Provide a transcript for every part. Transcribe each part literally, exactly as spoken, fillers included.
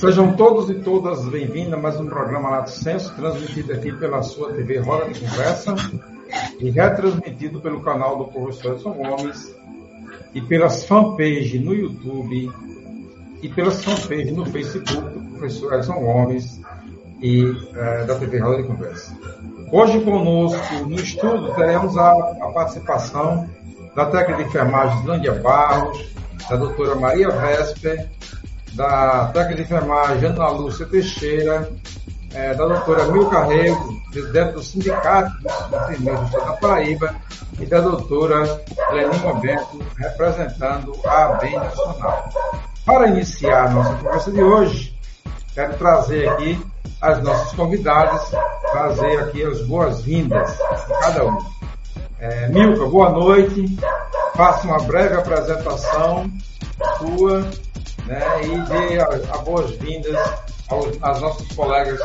Sejam todos e todas bem-vindos a mais um programa Lato Senso, transmitido aqui pela sua T V Roda de Conversa e retransmitido pelo canal do professor Edson Gomes e pelas fanpages no YouTube e pelas fanpages no Facebook do professor Edson Gomes e uh, da T V Roda de Conversa. Hoje conosco no estudo teremos a, a participação da técnica de enfermagem Islândia Barros, da doutora Maria Vesper, da técnica de enfermagem Ana Lúcia Teixeira, é, da doutora Milka Rego, presidente do Sindicato dos Enfermeiros do Estado da Paraíba, e da doutora Lenima Bento, representando a A B E M Nacional. Para iniciar a nossa conversa de hoje, quero trazer aqui as nossas convidadas, trazer aqui as boas-vindas a cada um. É, Milka, boa noite. Faça uma breve apresentação sua, né, e dê as boas-vindas aos nossos colegas.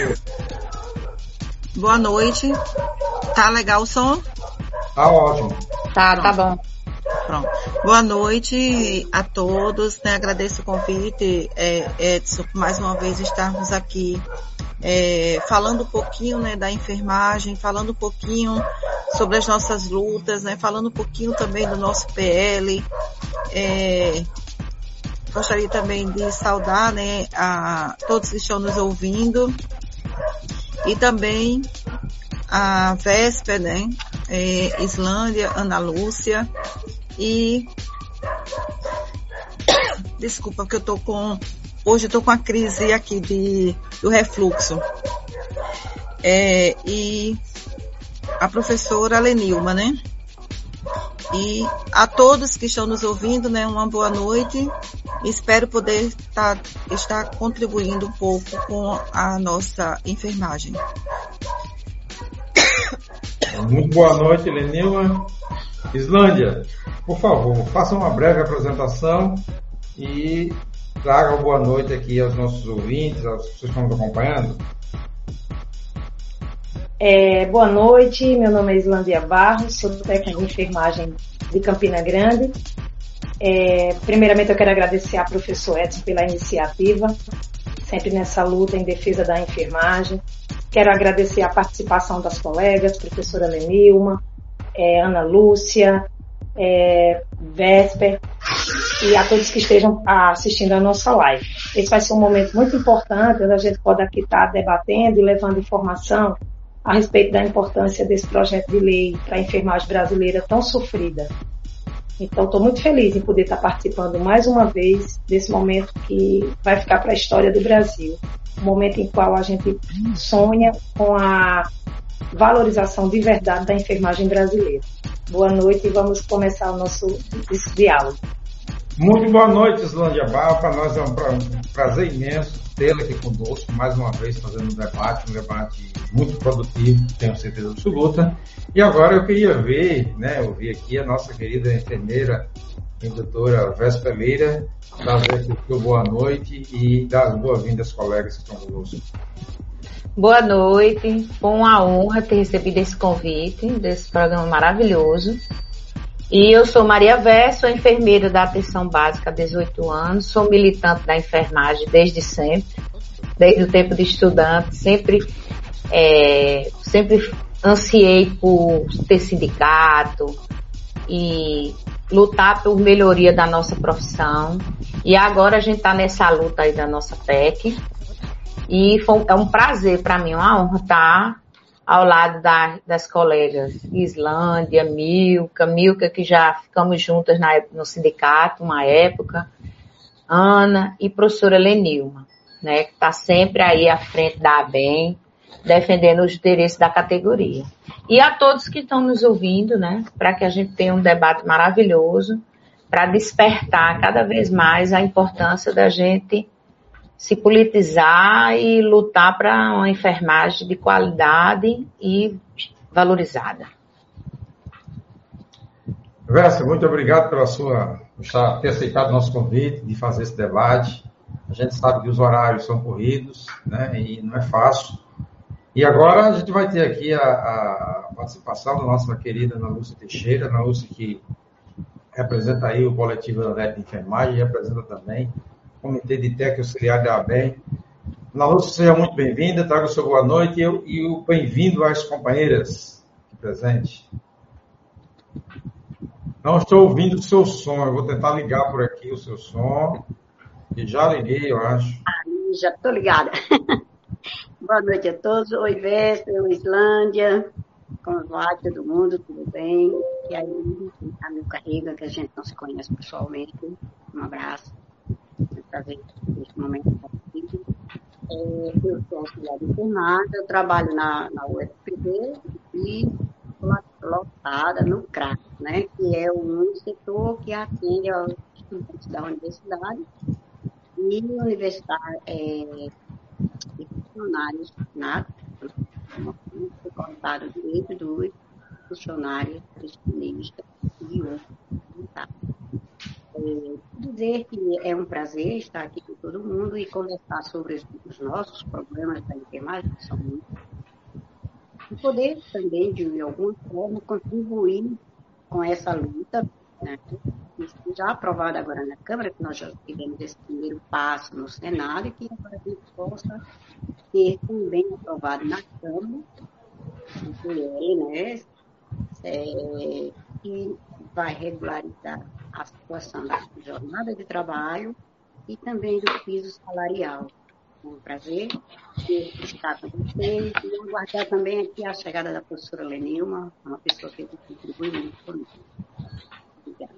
Boa noite. Tá legal o som? Tá ótimo. Tá, Pronto. tá bom. Pronto. Boa noite a todos, né? Agradeço o convite, é, Edson, por mais uma vez estarmos aqui é, falando um pouquinho, né, da enfermagem, falando um pouquinho sobre as nossas lutas, né, falando um pouquinho também do nosso P L. É, gostaria também de saudar, né, a todos que estão nos ouvindo e também a Vesper, né, é, Islândia, Ana Lúcia e desculpa que eu tô com hoje eu tô com a crise aqui de do refluxo é, e a professora Lenilma, né? E a todos que estão nos ouvindo, né, uma boa noite. Espero poder tá, estar contribuindo um pouco com a nossa enfermagem. Muito boa noite, Lenilma. Islândia, por favor, faça uma breve apresentação e traga uma boa noite aqui aos nossos ouvintes, aos que estão nos acompanhando. É, boa noite, meu nome é Islândia Barros, sou técnica de enfermagem de Campina Grande. É, primeiramente eu quero agradecer ao professor Edson pela iniciativa, sempre nessa luta em defesa da enfermagem. Quero agradecer a participação das colegas, professora Lenilma, é, Ana Lúcia, é, Vesper e a todos que estejam assistindo a nossa live. Esse vai ser um momento muito importante, onde a gente pode aqui estar debatendo e levando informação a respeito da importância desse projeto de lei para a enfermagem brasileira tão sofrida. Então, estou muito feliz em poder estar participando mais uma vez desse momento que vai ficar para a história do Brasil. Um momento em qual a gente sonha com a valorização de verdade da enfermagem brasileira. Boa noite e vamos começar o nosso diálogo. Muito boa noite, Islândia Barros. Para nós é um prazer imenso tê-la aqui conosco, mais uma vez fazendo um debate, um debate muito produtivo, tenho certeza absoluta. E agora eu queria ver, né, ouvir aqui a nossa querida enfermeira, a doutora Vesper Leira, trazer aqui o seu boa noite e dar as boas-vindas aos colegas que estão conosco. Boa noite, foi uma honra ter recebido esse convite, desse programa maravilhoso. E eu sou Maria Vesper, sou enfermeira da Atenção Básica há dezoito anos, sou militante da enfermagem desde sempre, desde o tempo de estudante, sempre, é, sempre ansiei por ter sindicato e lutar por melhoria da nossa profissão. E agora a gente está nessa luta aí da nossa P E C. E foi, é um prazer para mim, uma honra estar ao lado da, das colegas Islândia, Milka, Milka que já ficamos juntas na, no sindicato, uma época, Ana e professora Lenilma, né, que está sempre aí à frente da A B E M, defendendo os interesses da categoria. E a todos que estão nos ouvindo, né, para que a gente tenha um debate maravilhoso, para despertar cada vez mais a importância da gente se politizar e lutar para uma enfermagem de qualidade e valorizada. Vesper, muito obrigado pela sua, por ter aceitado o nosso convite de fazer esse debate. A gente sabe que os horários são corridos, né, e não é fácil. E agora a gente vai ter aqui a, a participação da nossa querida Ana Lúcia Teixeira, Ana Lúcia que representa aí o coletivo da N E T de Enfermagem e representa também Comitê de Técnica Auxiliar da A B E M. Ana Lúcia, seja muito bem-vinda, traga o seu boa noite e, eu, e o bem-vindo às companheiras aqui presentes. Não estou ouvindo o seu som, eu vou tentar ligar por aqui o seu som, e já liguei, eu acho. Ah, já estou ligada. Boa noite a todos. Oi, Véspera, oi, Islândia. Como vai todo mundo? Tudo bem? E aí, a meu carrega, que a gente não se conhece pessoalmente. Um abraço. É um prazer neste momento estar aqui. É, eu sou auxiliar de enfermagem, eu trabalho na, na U F P B e lotada no C R A C, né, que é o único setor que atende aos estudantes da universidade e universitários é, e funcionários na foi colocado dentro dos funcionários cristianistas e outros. É, dizer que é um prazer estar aqui com todo mundo e conversar sobre os nossos problemas da enfermagem, que são muitos, e poder também, de alguma forma, contribuir com essa luta, né, já aprovada agora na Câmara, que nós já tivemos esse primeiro passo no Senado, e que agora a gente possa ter também aprovado na Câmara, o P L, né, é, que vai regularizar a situação da jornada de trabalho e também do piso salarial. É um prazer estar com vocês e aguardar também aqui a chegada da professora Lenilma, uma pessoa que contribui muito comigo. Obrigada.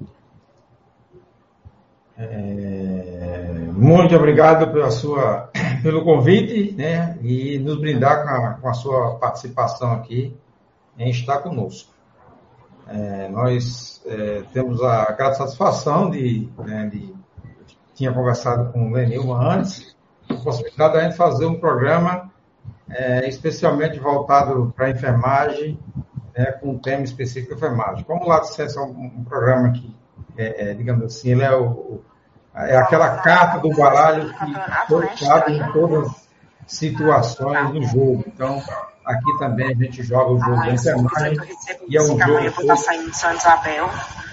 É, muito obrigado pela sua, pelo convite, né, e nos brindar com a, com a sua participação aqui em estar conosco. É, nós é, temos a grata satisfação de, né, de tinha conversado com o Lenilma antes, a possibilidade de a gente fazer um programa é, especialmente voltado para a enfermagem, né, com um tema específico de enfermagem. Como o Lato Senso é um, um programa que, é, é, digamos assim, ele é, o, é aquela carta do baralho que cabe em todas as situações do jogo. Então, aqui também a gente joga o jogo da enfermagem e é um jogo vou estar saindo de São Isabel.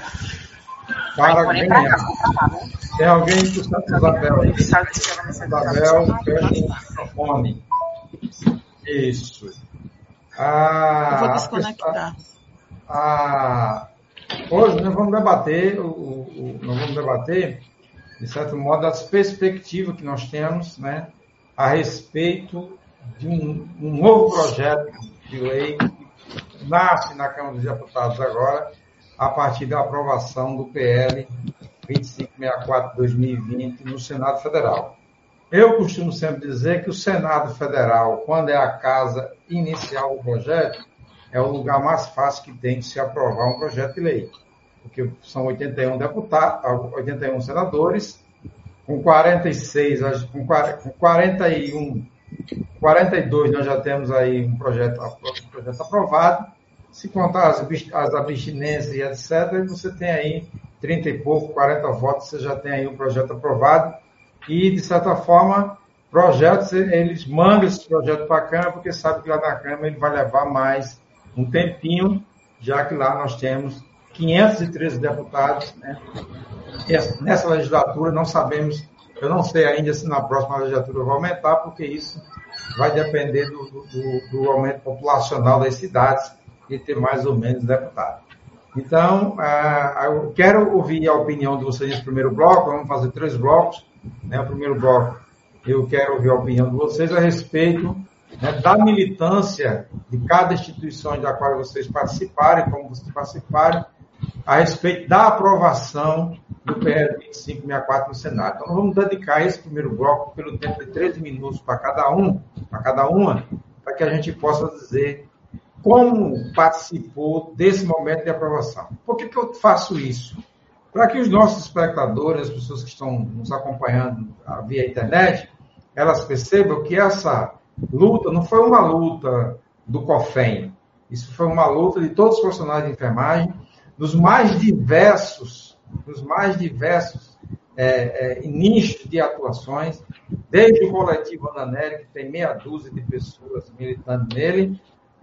para ganhar. Tem alguém do Santa Isabel aí? Isabel, fecha o microfone. Isso. Ah, Eu vou desconectar. Ah, hoje nós vamos debater, o, o, nós vamos debater, de certo modo, as perspectivas que nós temos, né, a respeito de um, um novo projeto de lei que nasce na Câmara dos Deputados agora, a partir da aprovação do P L vinte e cinco sessenta e quatro de dois mil e vinte no Senado Federal. Eu costumo sempre dizer que o Senado Federal, quando é a casa inicial do projeto, é o lugar mais fácil que tem de se aprovar um projeto de lei, porque são oitenta e um deputados, oitenta e um senadores, com quarenta e seis, com quarenta e um, quarenta e dois nós já temos aí um projeto, um projeto aprovado. Se contar as, as abstinências e etcétera, você tem aí trinta e pouco, quarenta votos, você já tem aí um projeto aprovado. E, de certa forma, projetos, eles mandam esse projeto para a Câmara, porque sabe que lá na Câmara ele vai levar mais um tempinho, já que lá nós temos quinhentos e treze deputados, né? Nessa legislatura, não sabemos, eu não sei ainda se na próxima legislatura vai aumentar, porque isso vai depender do, do, do aumento populacional das cidades, de ter mais ou menos deputados. Então, uh, eu quero ouvir a opinião de vocês nesse primeiro bloco, vamos fazer três blocos, né? O primeiro bloco, eu quero ouvir a opinião de vocês a respeito, né, da militância de cada instituição da qual vocês participarem, como vocês participarem, a respeito da aprovação do P L vinte e cinco sessenta e quatro no Senado. Então, nós vamos dedicar esse primeiro bloco pelo tempo de treze minutos para cada um, para cada uma, para que a gente possa dizer como participou desse momento de aprovação. Por que que eu faço isso? Para que os nossos espectadores, as pessoas que estão nos acompanhando via internet, elas percebam que essa luta não foi uma luta do COFEM. Isso foi uma luta de todos os profissionais de enfermagem, dos mais diversos, dos mais diversos é, é, nichos de atuações, desde o coletivo Ananeri, que tem meia dúzia de pessoas militando nele,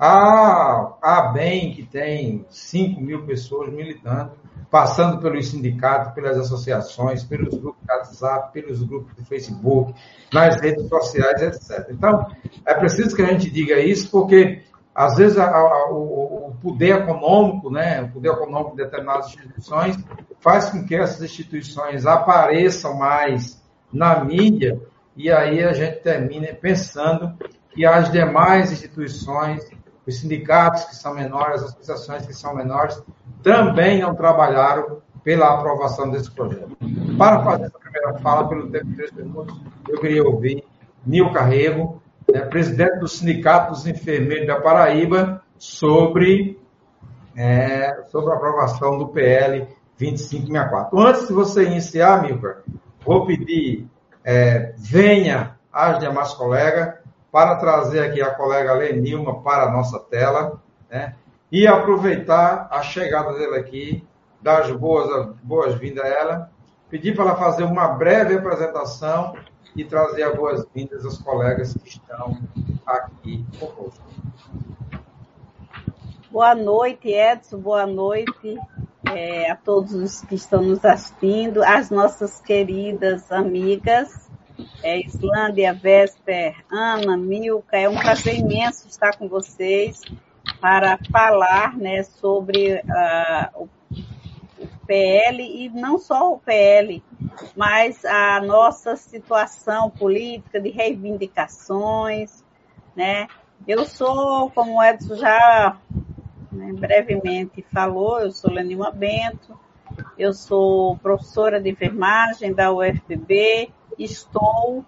A, a B E M, que tem cinco mil pessoas militando, passando pelos sindicatos, pelas associações, pelos grupos de WhatsApp, pelos grupos de Facebook, nas redes sociais, etcétera. Então, é preciso que a gente diga isso, porque, às vezes, a, a, o, o poder econômico, né, o poder econômico de determinadas instituições, faz com que essas instituições apareçam mais na mídia, e aí a gente termina pensando que as demais instituições, os sindicatos que são menores, as associações que são menores, também não trabalharam pela aprovação desse projeto. Para fazer essa primeira fala, pelo tempo de três minutos, eu queria ouvir Nilka Rego, né, presidente do Sindicato dos Enfermeiros da Paraíba, sobre, é, sobre a aprovação do P L vinte e cinco sessenta e quatro. Antes de você iniciar, Nilka, vou pedir, é, venha as demais colegas, para trazer aqui a colega Lenilma para a nossa tela, né? E aproveitar a chegada dela aqui, dar as boas, boas-vindas a ela, pedir para ela fazer uma breve apresentação e trazer as boas-vindas aos colegas que estão aqui conosco. Boa noite, Edson, boa noite é, a todos os que estão nos assistindo, as nossas queridas amigas, É, Islândia, Vesper, Ana, Milka, é um prazer imenso estar com vocês para falar, né, sobre uh, o, o P L, e não só o P L, mas a nossa situação política de reivindicações, né? Eu sou, como o Edson já, né, brevemente falou, eu sou Lenilma Bento, eu sou professora de enfermagem da U F P B, estou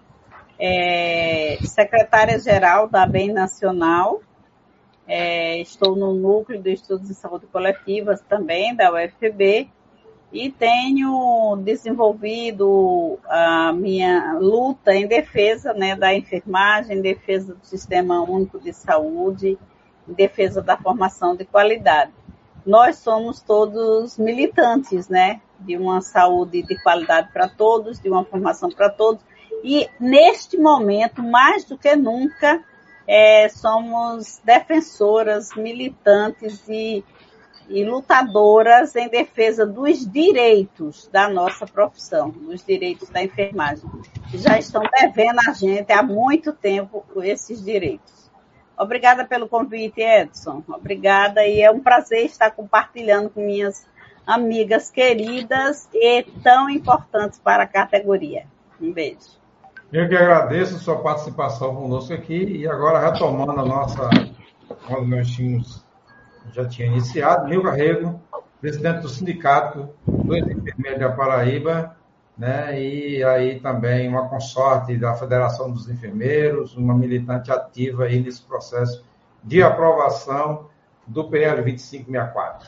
é, secretária-geral da B E M Nacional, é, estou no núcleo de estudos de saúde coletivas também da U F P B e tenho desenvolvido a minha luta em defesa, né, da enfermagem, em defesa do Sistema Único de Saúde, em defesa da formação de qualidade. Nós somos todos militantes, né, de uma saúde de qualidade para todos, de uma formação para todos. E, neste momento, mais do que nunca, é, somos defensoras, militantes e, e lutadoras em defesa dos direitos da nossa profissão, dos direitos da enfermagem, que já estão devendo a gente há muito tempo esses direitos. Obrigada pelo convite, Edson. Obrigada, e é um prazer estar compartilhando com minhas amigas queridas e tão importantes para a categoria. Um beijo. Eu que agradeço a sua participação conosco aqui, e agora retomando a nossa, quando nós tínhamos, já tinha iniciado, Nilka Rego, presidente do Sindicato dos Enfermeiros da Paraíba, né, e aí também uma consorte da Federação dos Enfermeiros, uma militante ativa aí nesse processo de aprovação do P L vinte e cinco sessenta e quatro.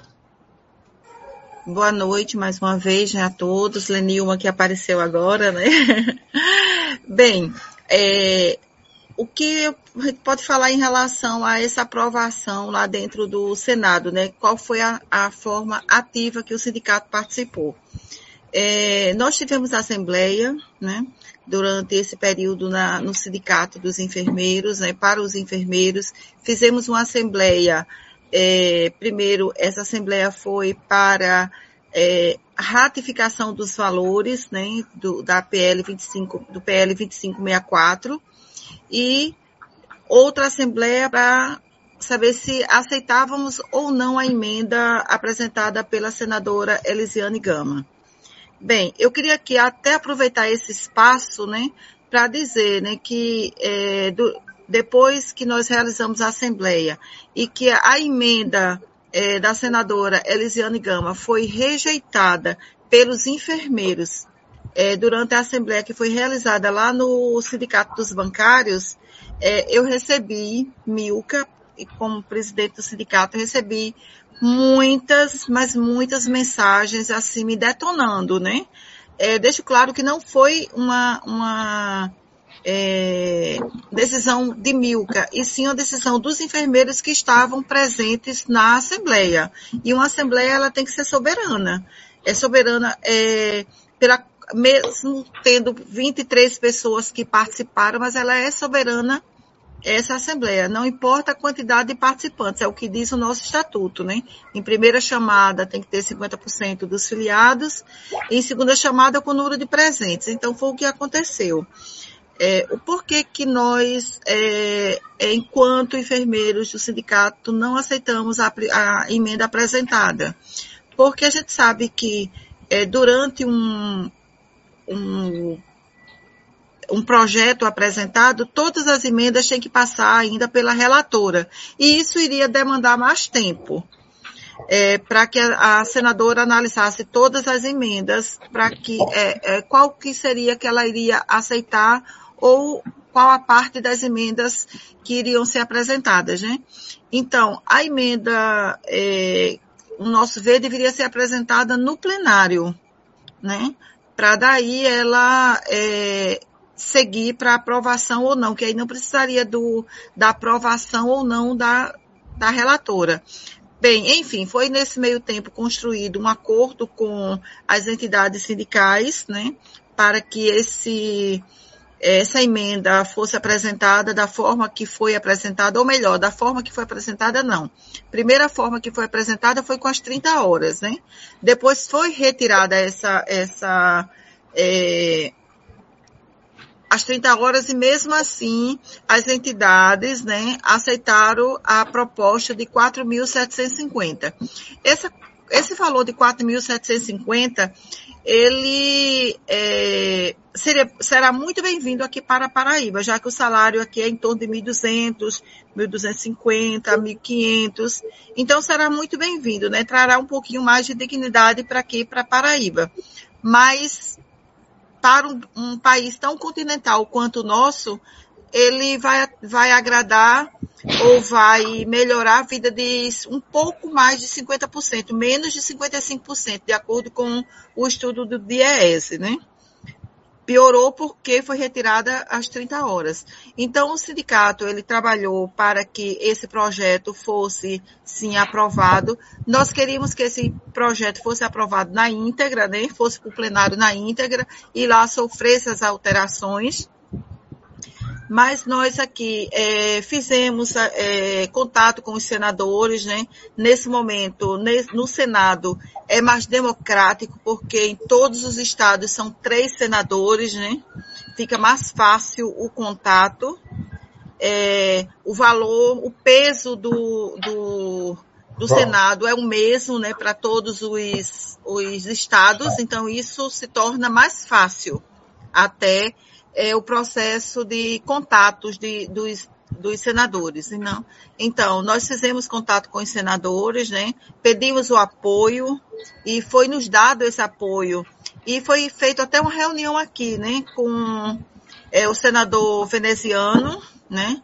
Boa noite mais uma vez, né, a todos. Lenilma que apareceu agora, né? Bem, é, o que a gente pode falar em relação a essa aprovação lá dentro do Senado, né? Qual foi a, a forma ativa que o sindicato participou? É, nós tivemos assembleia, né, durante esse período na, no Sindicato dos Enfermeiros, né, para os enfermeiros. Fizemos uma assembleia. É, primeiro, essa assembleia foi para é, ratificação dos valores, né, do, da P L vinte e cinco, do P L vinte e cinco sessenta e quatro, e outra assembleia para saber se aceitávamos ou não a emenda apresentada pela senadora Elisiane Gama. Bem, eu queria aqui até aproveitar esse espaço, né, para dizer, né, que é, do, depois que nós realizamos a assembleia e que a emenda é, da senadora Elisiane Gama foi rejeitada pelos enfermeiros é, durante a assembleia que foi realizada lá no Sindicato dos Bancários, é, eu recebi, Milka, e como presidente do sindicato, eu recebi muitas, mas muitas mensagens assim me detonando, né? É, deixo claro que não foi uma, uma é, decisão de Milka, e sim uma decisão dos enfermeiros que estavam presentes na Assembleia. E uma Assembleia, ela tem que ser soberana. É soberana, é, pela, mesmo tendo vinte e três pessoas que participaram, mas ela é soberana essa assembleia, não importa a quantidade de participantes, é o que diz o nosso estatuto, né? Em primeira chamada tem que ter cinquenta por cento dos filiados, em segunda chamada com o número de presentes. Então foi o que aconteceu. É, o porquê que nós, é, é, enquanto enfermeiros do sindicato, não aceitamos a, a emenda apresentada? Porque a gente sabe que é, durante um, um um projeto apresentado, todas as emendas têm que passar ainda pela relatora. E isso iria demandar mais tempo, é, para que a, a senadora analisasse todas as emendas, para que é, é, qual que seria que ela iria aceitar ou qual a parte das emendas que iriam ser apresentadas, né? Então, a emenda, é, o nosso ver, deveria ser apresentada no plenário, né? Para daí ela... É, seguir para aprovação ou não, que aí não precisaria do, da aprovação ou não da, da relatora. Bem, enfim, foi nesse meio tempo construído um acordo com as entidades sindicais, né, para que esse, essa emenda fosse apresentada da forma que foi apresentada, ou melhor, da forma que foi apresentada, não. Primeira forma que foi apresentada foi com as trinta horas, né? Depois foi retirada essa, essa é, as trinta horas, e mesmo assim as entidades, né, aceitaram a proposta de quatro mil setecentos e cinquenta. Essa, esse valor de quatro mil setecentos e cinquenta, ele é, seria, será muito bem-vindo aqui para Paraíba, já que o salário aqui é em torno de mil e duzentos, mil duzentos e cinquenta, mil e quinhentos, então será muito bem-vindo, né, trará um pouquinho mais de dignidade para aqui, para Paraíba. Mas para um, um país tão continental quanto o nosso, ele vai, vai agradar ou vai melhorar a vida de um pouco mais de cinquenta por cento, menos de cinquenta e cinco por cento, de acordo com o estudo do DIEESE, né? Piorou porque foi retirada as trinta horas. Então, o sindicato, ele trabalhou para que esse projeto fosse, sim, aprovado. Nós queríamos que esse projeto fosse aprovado na íntegra, né? Fosse para o plenário na íntegra e lá sofresse as alterações. Mas nós aqui é, fizemos é, contato com os senadores, né? Nesse momento, no Senado, é mais democrático, porque em todos os estados são três senadores, né? Fica mais fácil o contato, é, o valor, o peso do, do, do Senado é o mesmo, né? Para todos os, os estados, então isso se torna mais fácil até é o processo de contatos de, dos, dos senadores. Não? Então, nós fizemos contato com os senadores, né? Pedimos o apoio e foi nos dado esse apoio. E foi feita até uma reunião aqui, né? Com é, o senador veneziano, né?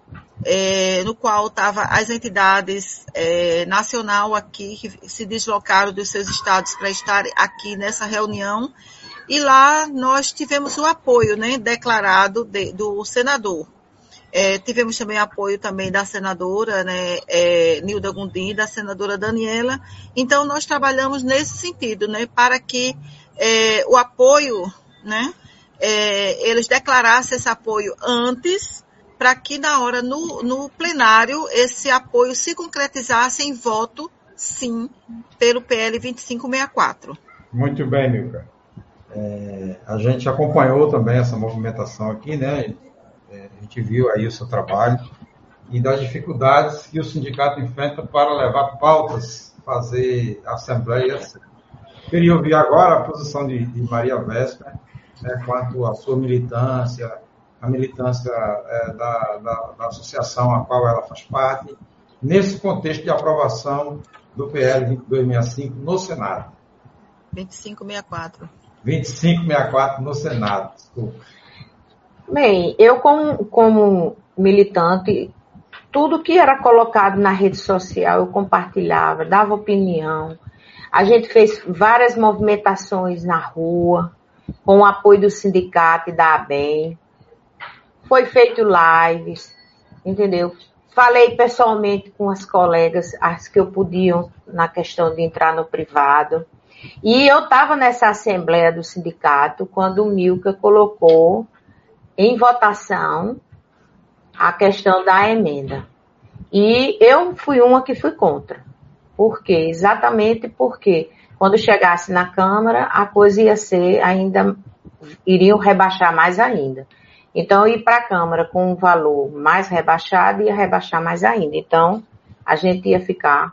É, no qual estavam as entidades é, nacional aqui, que se deslocaram dos seus estados para estar aqui nessa reunião. E lá nós tivemos o apoio, né, declarado de, do senador. É, tivemos também apoio também da senadora, né, é, Nilda Gondim, da senadora Daniela. Então, nós trabalhamos nesse sentido, né, para que é, o apoio, né, é, eles declarassem esse apoio antes, para que na hora, no, no plenário, esse apoio se concretizasse em voto, sim, pelo P L vinte e cinco sessenta e quatro. Muito bem, Milka. É, a gente acompanhou também essa movimentação aqui, né? É, a gente viu aí o seu trabalho e das dificuldades que o sindicato enfrenta para levar pautas, fazer assembleias. Queria ouvir agora a posição de, de Maria Vesper, né, quanto à sua militância, a militância é, da, da, da associação a qual ela faz parte, nesse contexto de aprovação do P L vinte e dois sessenta e cinco no Senado. vinte e cinco sessenta e quatro. vinte e cinco sessenta e quatro no Senado, desculpa. Bem, eu como, como militante, tudo que era colocado na rede social eu compartilhava, dava opinião. A gente fez várias movimentações na rua, com o apoio do sindicato e da ABEM. Foi feito lives, entendeu? Falei pessoalmente com as colegas, as que eu podia, na questão de entrar no privado. E eu estava nessa assembleia do sindicato quando o Milka colocou em votação a questão da emenda. E eu fui uma que fui contra. Por quê? Exatamente porque quando chegasse na Câmara, a coisa ia ser ainda, iriam rebaixar mais ainda. Então, ir para a Câmara com um valor mais rebaixado ia rebaixar mais ainda. Então, a gente ia ficar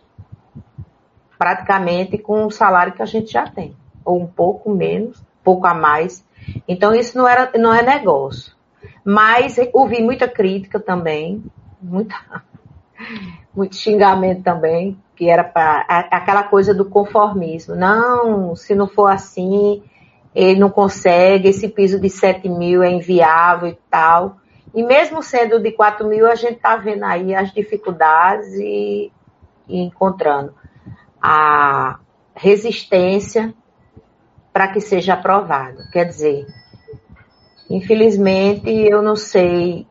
praticamente com o salário que a gente já tem, ou um pouco menos, pouco a mais. Então, isso não, era, não é negócio. Mas ouvi muita crítica também, muita, muito xingamento também, que era para aquela coisa do conformismo. Não, se não for assim, ele não consegue, esse piso de sete mil é inviável e tal. E mesmo sendo de quatro mil, a gente está vendo aí as dificuldades e, e encontrando a resistência para que seja aprovado. Quer dizer, infelizmente, eu não sei,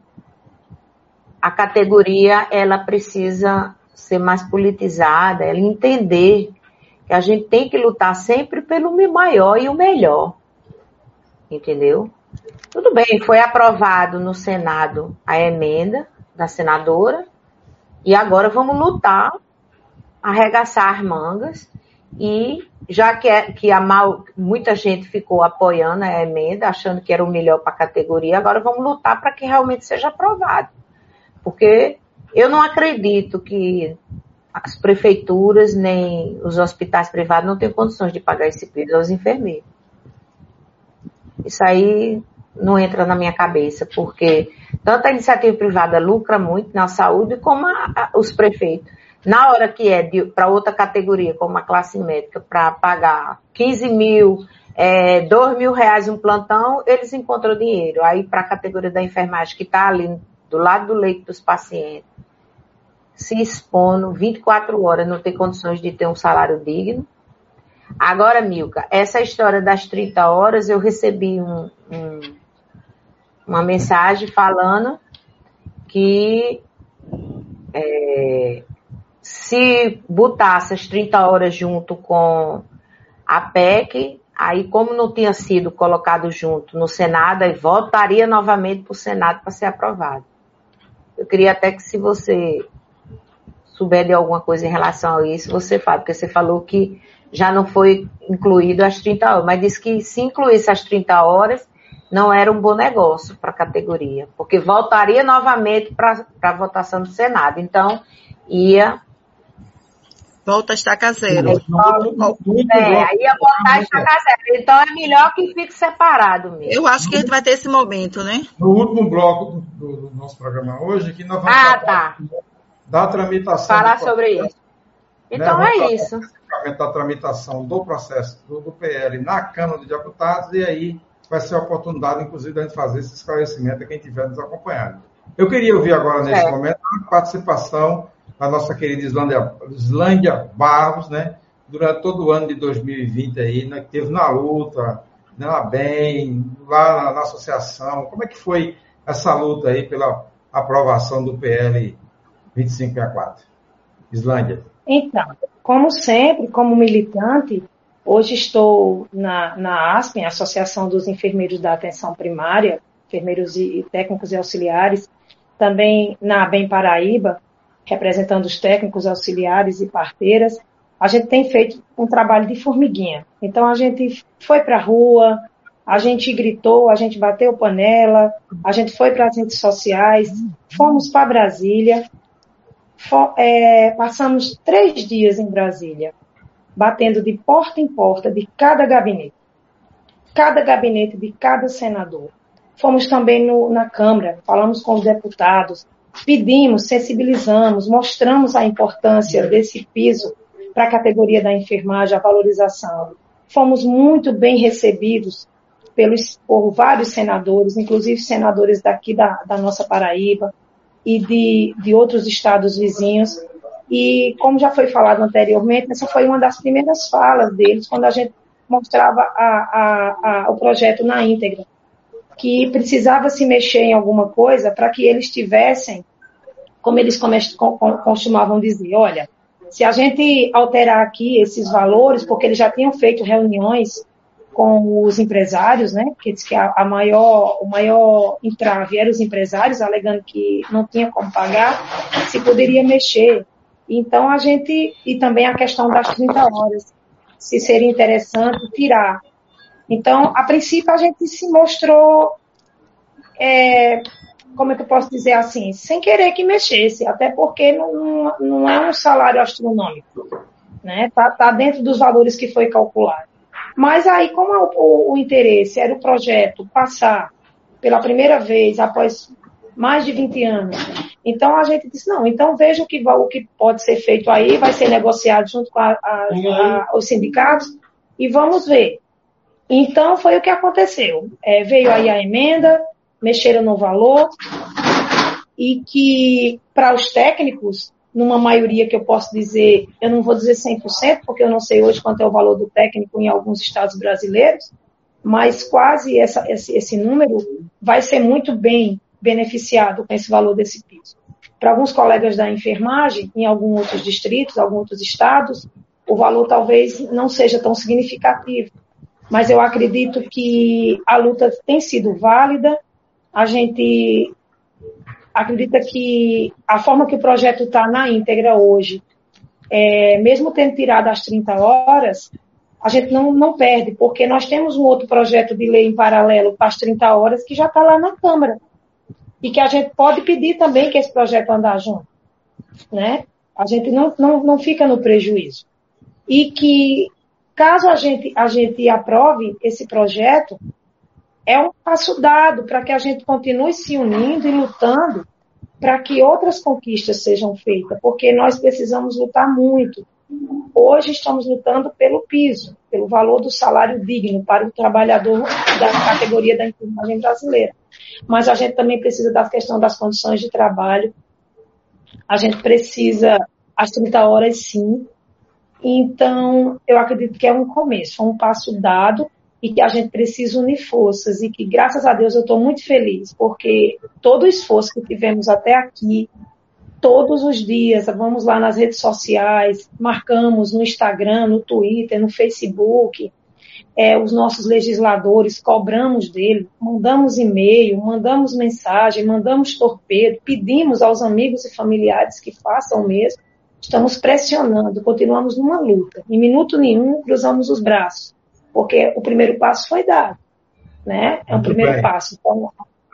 a categoria, ela precisa ser mais politizada, ela entender que a gente tem que lutar sempre pelo maior e o melhor, entendeu? Tudo bem, foi aprovado no Senado a emenda da senadora, e agora vamos lutar, arregaçar as mangas, e já que, é, que a mal, muita gente ficou apoiando a emenda, achando que era o melhor para a categoria, agora vamos lutar para que realmente seja aprovado. Porque eu não acredito que as prefeituras nem os hospitais privados não têm condições de pagar esse piso aos enfermeiros. Isso aí não entra na minha cabeça, porque tanto a iniciativa privada lucra muito na saúde, como a, a, os prefeitos. Na hora que é para outra categoria, como a classe médica, para pagar quinze mil, é, dois mil reais um plantão, eles encontram dinheiro. Aí para a categoria da enfermagem, que está ali do lado do leito dos pacientes, se expondo vinte e quatro horas, não tem condições de ter um salário digno. Agora, Milka, essa história das trinta horas, eu recebi um, um, uma mensagem falando que é, se botasse as trinta horas junto com a P E C, aí como não tinha sido colocado junto no Senado, aí voltaria novamente para o Senado para ser aprovado. Eu queria até que, se você souber de alguma coisa em relação a isso, você fala, porque você falou que já não foi incluído as trinta horas, mas disse que se incluísse as trinta horas, não era um bom negócio para a categoria, porque voltaria novamente para a votação do Senado. Então, ia... Volta a estaca zero. É, aí ia voltar a estaca zero. Então, é melhor que fique separado mesmo. Eu acho que a gente vai ter esse momento, né? No último bloco do, do nosso programa hoje, que nós vamos ah, tá. da tramitação... Falar sobre isso. Então, né? É isso. Da tramitação do processo do, do P L na Câmara dos Deputados, e aí vai ser a oportunidade, inclusive, de a gente fazer esse esclarecimento a quem estiver nos acompanhando. Eu queria ouvir agora, nesse é. momento, a participação da nossa querida Islândia, Islândia Barros, né? Durante todo o ano de dois mil e vinte aí, né? Que teve na luta, né? Lá bem, lá na, na associação. Como é que foi essa luta aí pela aprovação do P L vinte e cinco sessenta e quatro? Islândia. Então, como sempre, como militante, hoje estou na, na ASPEN, Associação dos Enfermeiros da Atenção Primária, enfermeiros e, e técnicos e auxiliares, também na ABEM Paraíba, representando os técnicos, auxiliares e parteiras. A gente tem feito um trabalho de formiguinha. Então, a gente foi para a rua, a gente gritou, a gente bateu panela, a gente foi para as redes sociais, fomos para Brasília. For, é, passamos três dias em Brasília, batendo de porta em porta de cada gabinete, cada gabinete de cada senador. Fomos também no, na Câmara, falamos com os deputados, pedimos, sensibilizamos, mostramos a importância desse piso para a categoria da enfermagem, a valorização. Fomos muito bem recebidos pelos, por vários senadores, inclusive senadores daqui da, da nossa Paraíba, e de, de outros estados vizinhos. E, como já foi falado anteriormente, essa foi uma das primeiras falas deles, quando a gente mostrava a, a, a, o projeto na íntegra, que precisava se mexer em alguma coisa para que eles tivessem, como eles costumavam dizer, olha, se a gente alterar aqui esses valores, porque eles já tinham feito reuniões com os empresários, né, que diz que a, a maior, o maior entrave era os empresários, alegando que não tinha como pagar, se poderia mexer. Então, a gente, e também a questão das trinta horas, se seria interessante tirar. Então, a princípio, a gente se mostrou, é, como é que eu posso dizer assim, sem querer que mexesse, até porque não, não é um salário astronômico, né, tá, tá dentro dos valores que foi calculado. Mas aí, como o, o, o interesse era o projeto passar pela primeira vez após mais de vinte anos, então a gente disse, não, então veja o que, o que pode ser feito aí, vai ser negociado junto com a, a, a, os sindicatos e vamos ver. Então foi o que aconteceu. É, veio aí a emenda, mexeram no valor e que para os técnicos, numa maioria que eu posso dizer, eu não vou dizer cem por cento, porque eu não sei hoje quanto é o valor do técnico em alguns estados brasileiros, mas quase essa, esse, esse número vai ser muito bem beneficiado com esse valor desse piso. Para alguns colegas da enfermagem, em alguns outros distritos, alguns outros estados, o valor talvez não seja tão significativo, mas eu acredito que a luta tem sido válida, a gente acredita que a forma que o projeto está na íntegra hoje, é, mesmo tendo tirado as trinta horas, a gente não, não perde, porque nós temos um outro projeto de lei em paralelo para as trinta horas que já está lá na Câmara. E que a gente pode pedir também que esse projeto andar junto. Né? A gente não, não, não fica no prejuízo. E que, caso a gente, a gente aprove esse projeto, é um passo dado para que a gente continue se unindo e lutando para que outras conquistas sejam feitas, porque nós precisamos lutar muito. Hoje estamos lutando pelo piso, pelo valor do salário digno para o trabalhador da categoria da enfermagem brasileira. Mas a gente também precisa da questão das condições de trabalho, a gente precisa as trinta horas sim. Então, eu acredito que é um começo, é um passo dado, e que a gente precisa unir forças, e que, graças a Deus, eu estou muito feliz, porque todo o esforço que tivemos até aqui, todos os dias, vamos lá nas redes sociais, marcamos no Instagram, no Twitter, no Facebook, é, os nossos legisladores, cobramos dele, mandamos e-mail, mandamos mensagem, mandamos torpedo, pedimos aos amigos e familiares que façam o mesmo, estamos pressionando, continuamos numa luta, em minuto nenhum cruzamos os braços, porque o primeiro passo foi dado, né? É o primeiro bem. passo. Então,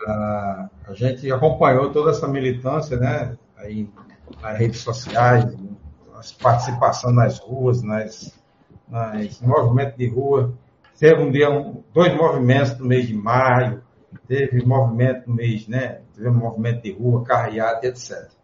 a, a gente acompanhou toda essa militância, né? Aí nas redes sociais, a participação nas ruas, nas, nas movimentos de rua. Teve um dia, um, dois movimentos no mês de maio, teve movimento no mês, né? Teve um movimento de rua, carreata, etcétera.